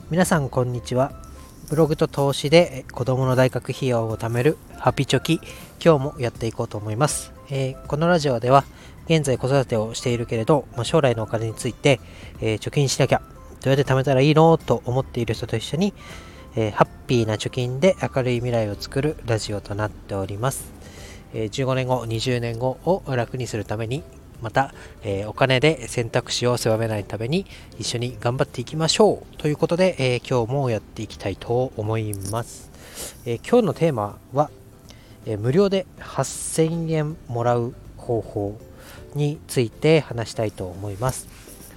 皆さんこんにちは。ブログと投資で子供の大学費用を貯めるハピチョキ、今日もやっていこうと思います。このラジオでは現在子育てをしているけれど、将来のお金について、貯金しなきゃ、どうやって貯めたらいいのと思っている人と一緒に、ハッピーな貯金で明るい未来を作るラジオとなっております。15年後、20年後を楽にするために、また、お金で選択肢を狭めないために一緒に頑張っていきましょうということで、今日もやっていきたいと思います。今日のテーマは、無料で8000円もらう方法について話したいと思います。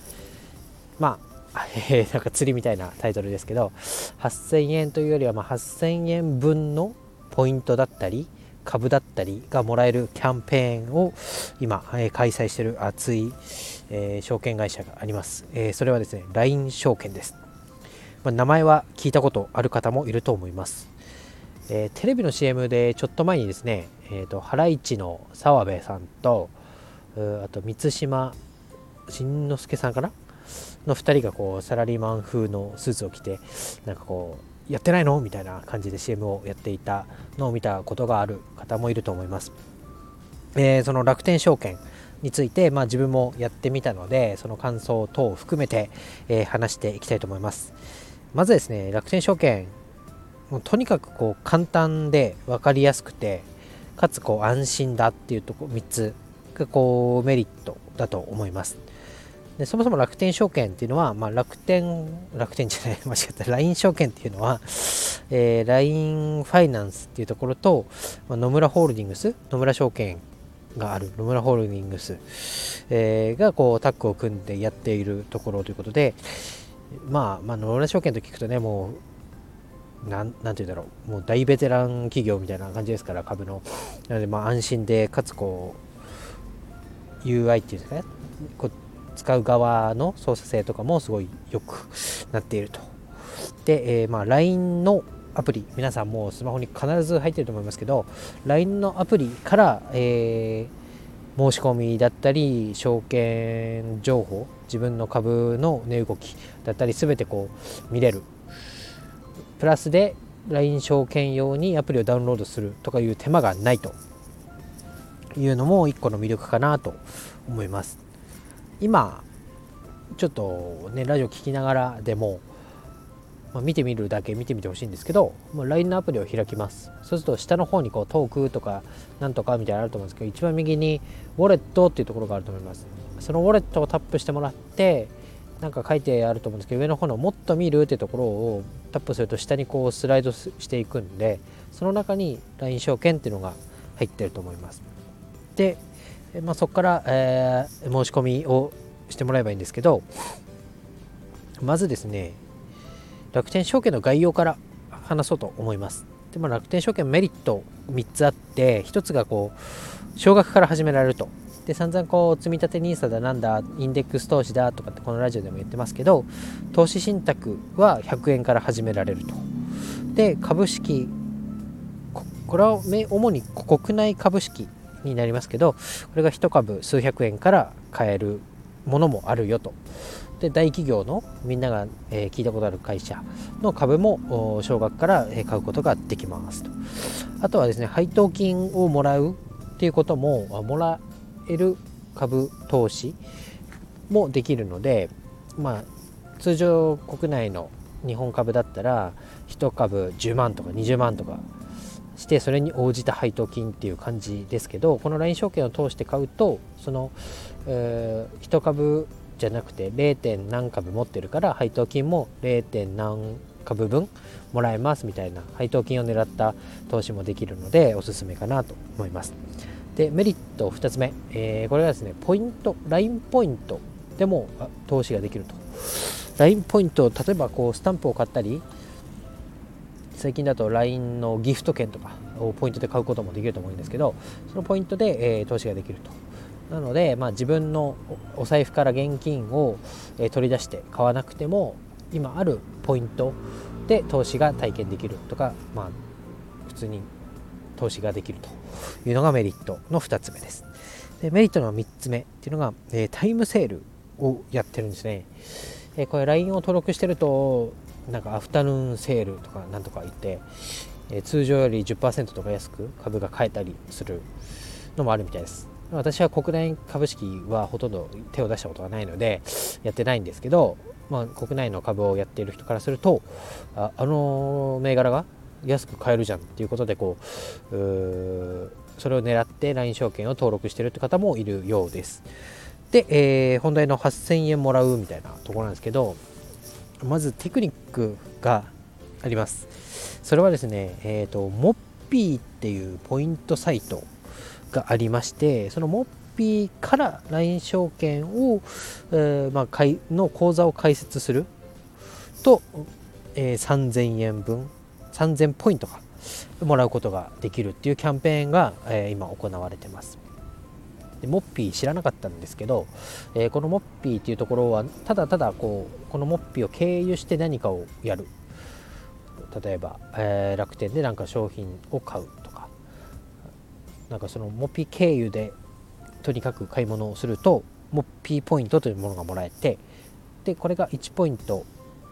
なんか釣りみたいなタイトルですけど、8000円というよりは8000円分のポイントだったり株だったりがもらえるキャンペーンを今、開催している熱い、証券会社があります。それはですね LINE 証券です。名前は聞いたことある方もいると思います。テレビの CM でちょっと前にですね、ハライチの澤部さんとあと満島真之介さんかなの2人がこうサラリーマン風のスーツを着てなんかこうやってないのみたいな感じで CM をやっていたのを見たことがある方もいると思います。その楽天証券について、自分もやってみたのでその感想等を含めて、話していきたいと思います。まずですね、楽天証券もうとにかくこう簡単で分かりやすくてかつこう安心だっていうところ3つがこうメリットだと思います。でそもそも楽天証券っていうのは、楽天じゃない間違った LINE 証券っていうのは、LINE ファイナンスっていうところと、野村ホールディングス、野村証券がある野村ホールディングス、がこうタッグを組んでやっているところということで、野村証券と聞くとね、もうなんて言うんだろう、もう大ベテラン企業みたいな感じですから、株の。なので安心でかつこう UI っていうんですかね、こう使う側の操作性とかもすごい良くなっていると。で、LINE のアプリ、皆さんもうスマホに必ず入っていると思いますけど、 LINE のアプリから、申し込みだったり証券情報、自分の株の値動きだったり全てこう見れる。プラスで LINE 証券用にアプリをダウンロードするとかいう手間がないというのも一個の魅力かなと思います。今ちょっとねラジオ聞きながらでも、見てみるだけ見てみてほしいんですけど、LINE のアプリを開きます。そうすると下の方にこうトークとかなんとかみたいなのあると思うんですけど、一番右にウォレットっていうところがあると思います。そのウォレットをタップしてもらって、なんか書いてあると思うんですけど、上の方のもっと見るっていうところをタップすると下にこうスライドしていくんで、その中に LINE 証券っていうのが入ってると思います。で、そこから、申し込みをしてもらえばいいんですけど、まずですね楽天証券の概要から話そうと思います。で、楽天証券メリット3つあって、1つがこう少額から始められると。で、散々こう積み立て NISA だなんだインデックス投資だとかってこのラジオでも言ってますけど、投資信託は100円から始められると。で、株式、これは主に国内株式になりますけど、これが1株数百円から買えるものもあるよと。で、大企業のみんなが、聞いたことある会社の株も少額から買うことができますと。あとはですね、配当金をもらうっていうことももらえる株投資もできるので、通常国内の日本株だったら1株10万とか20万とかして、それに応じた配当金っていう感じですけど、この LINE 証券を通して買うとその、1株じゃなくて 0. 何株持ってるから配当金も 0. 何株分もらえますみたいな配当金を狙った投資もできるのでおすすめかなと思います。で、メリット2つ目、これがですね、ポイント、 LINE ポイントでも投資ができると。 LINE ポイント、例えばこうスタンプを買ったり、最近だと LINE のギフト券とかをポイントで買うこともできると思うんですけど、そのポイントで、投資ができると。なので、自分のお財布から現金を取り出して買わなくても、今あるポイントで投資が体験できるとか、普通に投資ができるというのがメリットの2つ目です。で、メリットの3つ目っていうのが、タイムセールをやってるんですね。これ LINE を登録してるとなんかアフタヌーンセールとかなんとか言って、通常より 10% とか安く株が買えたりするのもあるみたいです。私は国内株式はほとんど手を出したことがないのでやってないんですけど、国内の株をやっている人からすると、あの銘柄が安く買えるじゃんっていうことでそれを狙って LINE 証券を登録しているって方もいるようです。で、本題の8000円もらうみたいなところなんですけど、まずテクニックがあります。それはですね、モッピーっていうポイントサイトがありまして、そのモッピーから LINE 証券を、の口座を開設すると、3000円分3000ポイントがもらうことができるっていうキャンペーンが、今行われてます。でモッピー知らなかったんですけど、このモッピーっていうところはただただこのモッピーを経由して何かをやる、例えば、楽天でなんか商品を買うとか、なんかそのモッピー経由でとにかく買い物をするとモッピーポイントというものがもらえて、でこれが1ポイント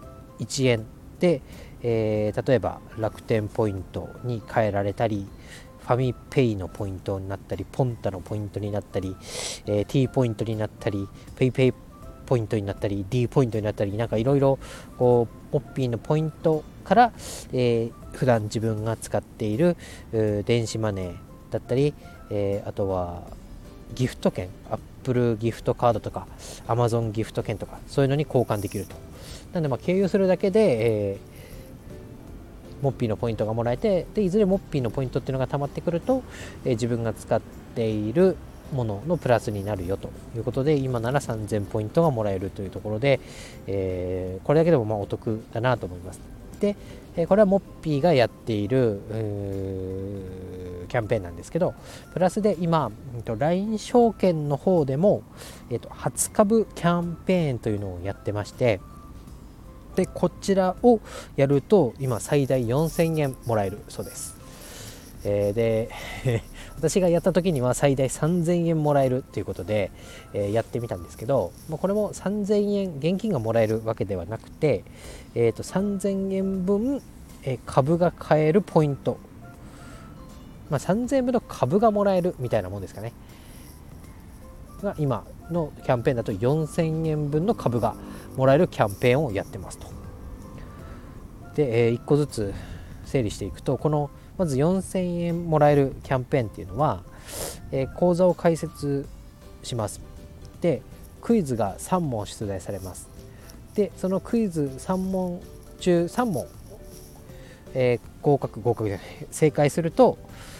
1円で、例えば楽天ポイントに変えられたり、ファミペイのポイントになったり、ポンタのポイントになったり、T ポイントになったり、ペイペイポイントになったり、 D ポイントになったり、なんかいろいろモッピーのポイントから、普段自分が使っている電子マネーだったり、あとはギフト券、アップルギフトカードとかアマゾンギフト券とか、そういうのに交換できると。なので経由するだけで、モッピーのポイントがもらえて、でいずれモッピーのポイントっていうのが溜まってくると、自分が使っているもののプラスになるよということで、今なら3000ポイントがもらえるというところで、これだけでもお得だなと思います。で、これはモッピーがやっているキャンペーンなんですけど、プラスで今 LINE 証券の方でも、初株キャンペーンというのをやってまして、でこちらをやると今最大4000円もらえるそうです。で私がやった時には最大3000円もらえるということで、やってみたんですけど、これも3000円現金がもらえるわけではなくて、3000円分、株が買えるポイント、3000円分の株がもらえるみたいなもんですかね、が今のキャンペーンだと4000円分の株がもらえるキャンペーンをやってますと。で、1個ずつ整理していくと、このまず4000円もらえるキャンペーンっていうのは、口座を開設します。でクイズが3問出題されます。でそのクイズ3問中3問、合格じゃない正解すると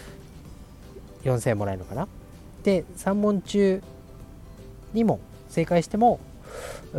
4000円もらえるのかな。で3問中2問正解しても違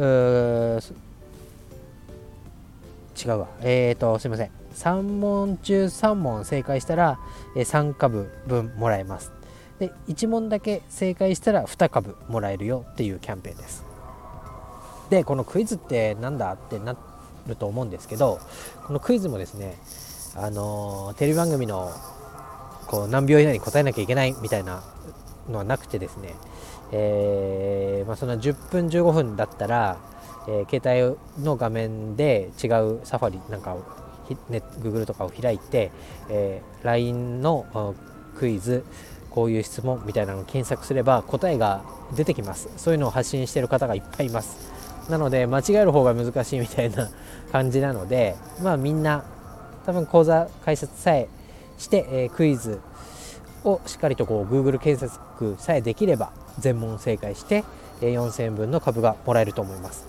うわ、すいません、3問中3問正解したら3株分もらえます。で1問だけ正解したら2株もらえるよっていうキャンペーンです。でこのクイズってなんだってなると思うんですけど、このクイズもですね、テレビ番組の何秒以内に答えなきゃいけないみたいなのはなくてですね、その10分15分だったら、携帯の画面で違うサファリなんかをGoogle とかを開いて、LINE のクイズこういう質問みたいなのを検索すれば答えが出てきます。そういうのを発信している方がいっぱいいます。なので間違える方が難しいみたいな感じなので、みんな多分講座解説さえして、クイズをしっかりとGoogle 検索さえできれば全問正解して4000円分の株がもらえると思います。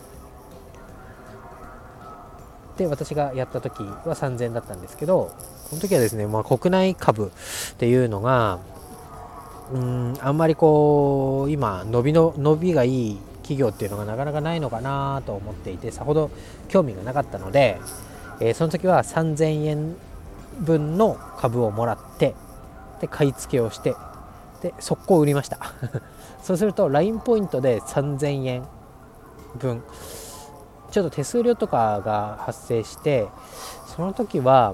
で私がやった時は3000円だったんですけど、この時はですね、国内株っていうのがあんまり今伸びがいい企業っていうのがなかなかないのかなと思っていて、さほど興味がなかったので、その時は3000円分の株をもらって、で買い付けをして、で速攻売りましたそうすると LINE ポイントで3000円分ちょっと手数料とかが発生して、その時は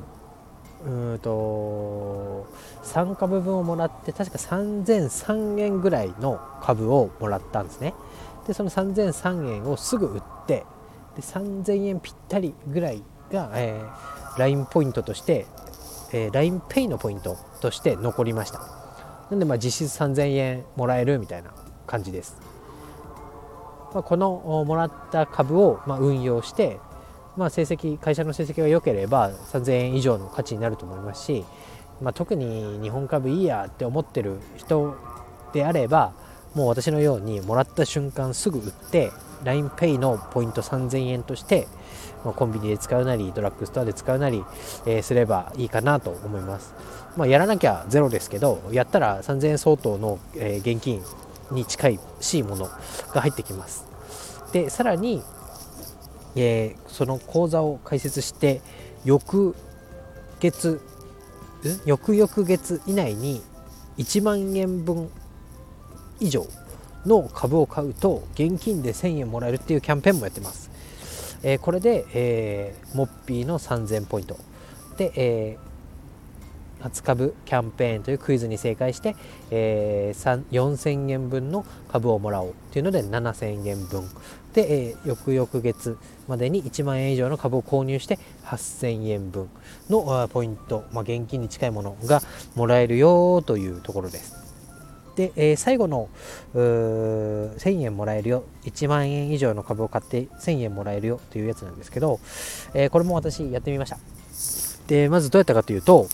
3株分をもらって、確か3003円ぐらいの株をもらったんですね。でその3003円をすぐ売って、で3000円ぴったりぐらいが、LINE ポイントとして、LINEPay のポイントとして残りました。なので実質3000円もらえるみたいな感じです。このもらった株を運用して、会社の成績が良ければ3000円以上の価値になると思いますし、特に日本株いいやって思ってる人であれば、もう私のようにもらった瞬間すぐ売って LINEPay のポイント3000円として、コンビニで使うなりドラッグストアで使うなり、すればいいかなと思います。やらなきゃゼロですけど、やったら3000円相当の、現金に近いものが入ってきます。でさらに、その口座を開設して翌々月以内に1万円分以上の株を買うと現金で1000円もらえるっていうキャンペーンもやってます。これで、モッピーの3000ポイントで、初株キャンペーンというクイズに正解して、4000円分の株をもらおうというので7000円分で、翌々月までに1万円以上の株を購入して8000円分のポイント、現金に近いものがもらえるよというところです。で、最後の1000円もらえるよ、1万円以上の株を買って1000円もらえるよというやつなんですけど、これも私やってみました。でまずどうやったかというと、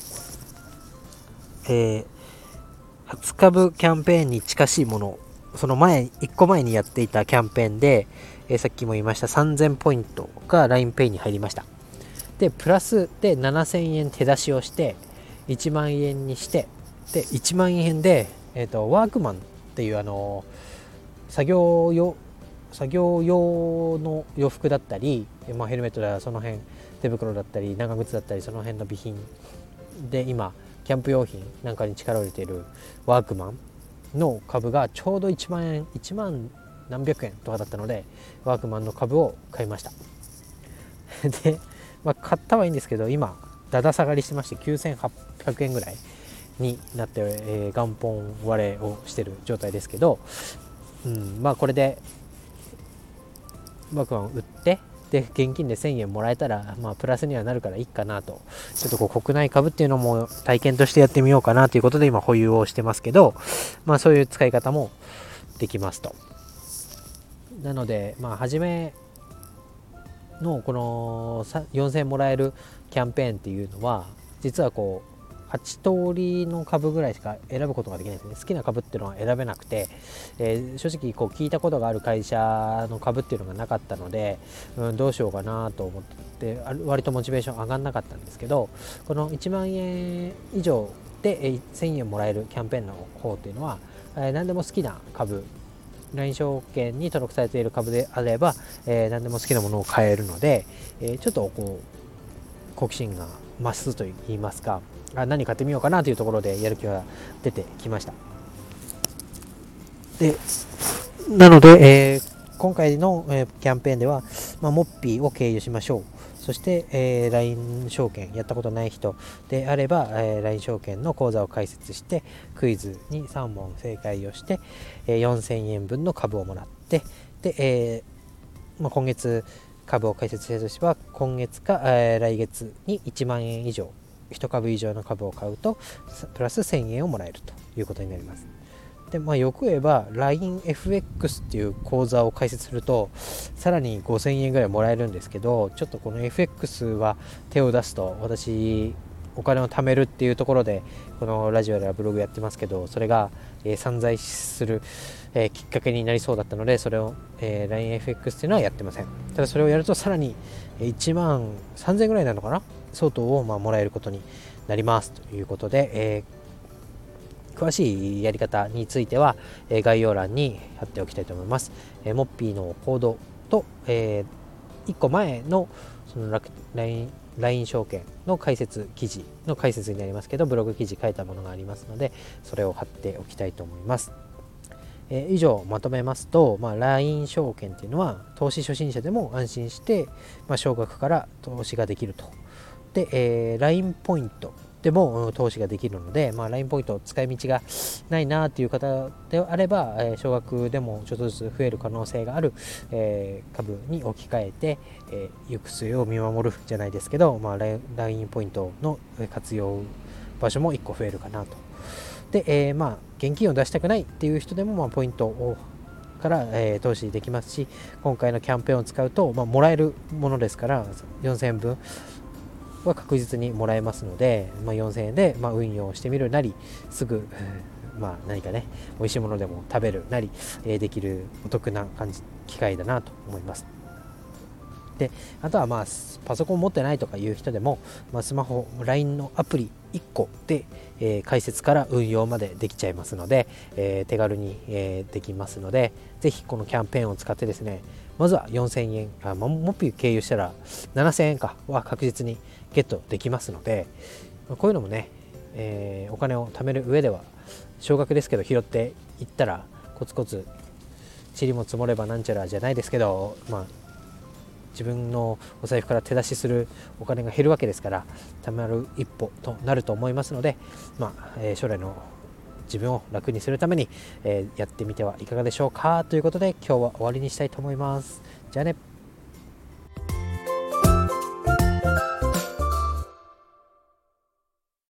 初株キャンペーンに近しいもの、その1個前にやっていたキャンペーンで、さっきも言いました3000ポイントが LINEPay に入りました。でプラスで7000円手出しをして1万円にして、で1万円で、ワークマンっていう作業用の洋服だったり、ヘルメットだ、その辺手袋だったり長靴だったり、その辺の備品で今キャンプ用品なんかに力を入れているワークマンの株がちょうど1万何百円とかだったので、ワークマンの株を買いましたで、買ったはいいんですけど、今だだ下がりしてまして9800円ぐらいになって、元本割れをしている状態ですけど、これでワークマンを売ってで現金で1000円もらえたら、プラスにはなるからいいかなと、ちょっと国内株っていうのも体験としてやってみようかなということで今保有をしてますけど、そういう使い方もできますと。なので初めのこの4000円もらえるキャンペーンっていうのは実は8通りの株ぐらいしか選ぶことができないですね。好きな株っていうのは選べなくて、正直聞いたことがある会社の株っていうのがなかったので、どうしようかなと思って割とモチベーション上がんなかったんですけど、この1万円以上で1000円もらえるキャンペーンの方っていうのは、何でも好きな株、LINE 証券に登録されている株であれば、何でも好きなものを買えるので、ちょっと好奇心が増すといいますか、何買ってみようかなというところでやる気が出てきました。でなので、今回の、キャンペーンでは、モッピーを経由しましょう。そして、LINE 証券やったことない人であれば、LINE 証券の口座を開設してクイズに3問正解をして、4000円分の株をもらって、で、今月株を開設したとしては今月か、来月に1万円以上1株以上の株を買うとプラス1000円をもらえるということになります。でよく言えば LINEFX っていう口座を開設するとさらに5000円ぐらいもらえるんですけど、ちょっとこの FX は手を出すと私お金を貯めるっていうところでこのラジオやブログやってますけど、それが、散財する、きっかけになりそうだったので、それを、LINEFX っていうのはやってません。ただそれをやるとさらに1万3000円ぐらいなのかな相当をもらえることになりますということで、詳しいやり方については、概要欄に貼っておきたいと思います。モッピーのコードと、1個前のその LINE 証券の解説記事の解説になりますけど、ブログ記事書いたものがありますのでそれを貼っておきたいと思います。以上まとめますと、LINE 証券っていうのは投資初心者でも安心して、少額から投資ができると。で、LINE ポイントでも投資ができるので、LINE ポイント使い道がないなっていう方であれば、少額でもちょっとずつ増える可能性がある、株に置き換えて、行く末を見守るじゃないですけど、LINE ポイントの活用場所も1個増えるかなと。で、現金を出したくないっていう人でも、ポイントをから、投資できますし、今回のキャンペーンを使うと、もらえるものですから4000円分は確実にもらえますので、4000円で、運用してみるなり、すぐ、何かね美味しいものでも食べるなり、できるお得な機会だなと思います。であとはパソコン持ってないとかいう人でも、スマホ LINE のアプリ1個で、開設から運用までできちゃいますので、手軽に、できますので、ぜひこのキャンペーンを使ってですね、まずは4000円モピュ経由したら7000円かは確実にゲットできますので、こういうのもね、お金を貯める上では少額ですけど拾っていったら、コツコツ塵も積もればなんちゃらじゃないですけど、自分のお財布から手出しするお金が減るわけですから、貯まる一歩となると思いますので、将来の自分を楽にするために、やってみてはいかがでしょうかということで、今日は終わりにしたいと思います。じゃあね。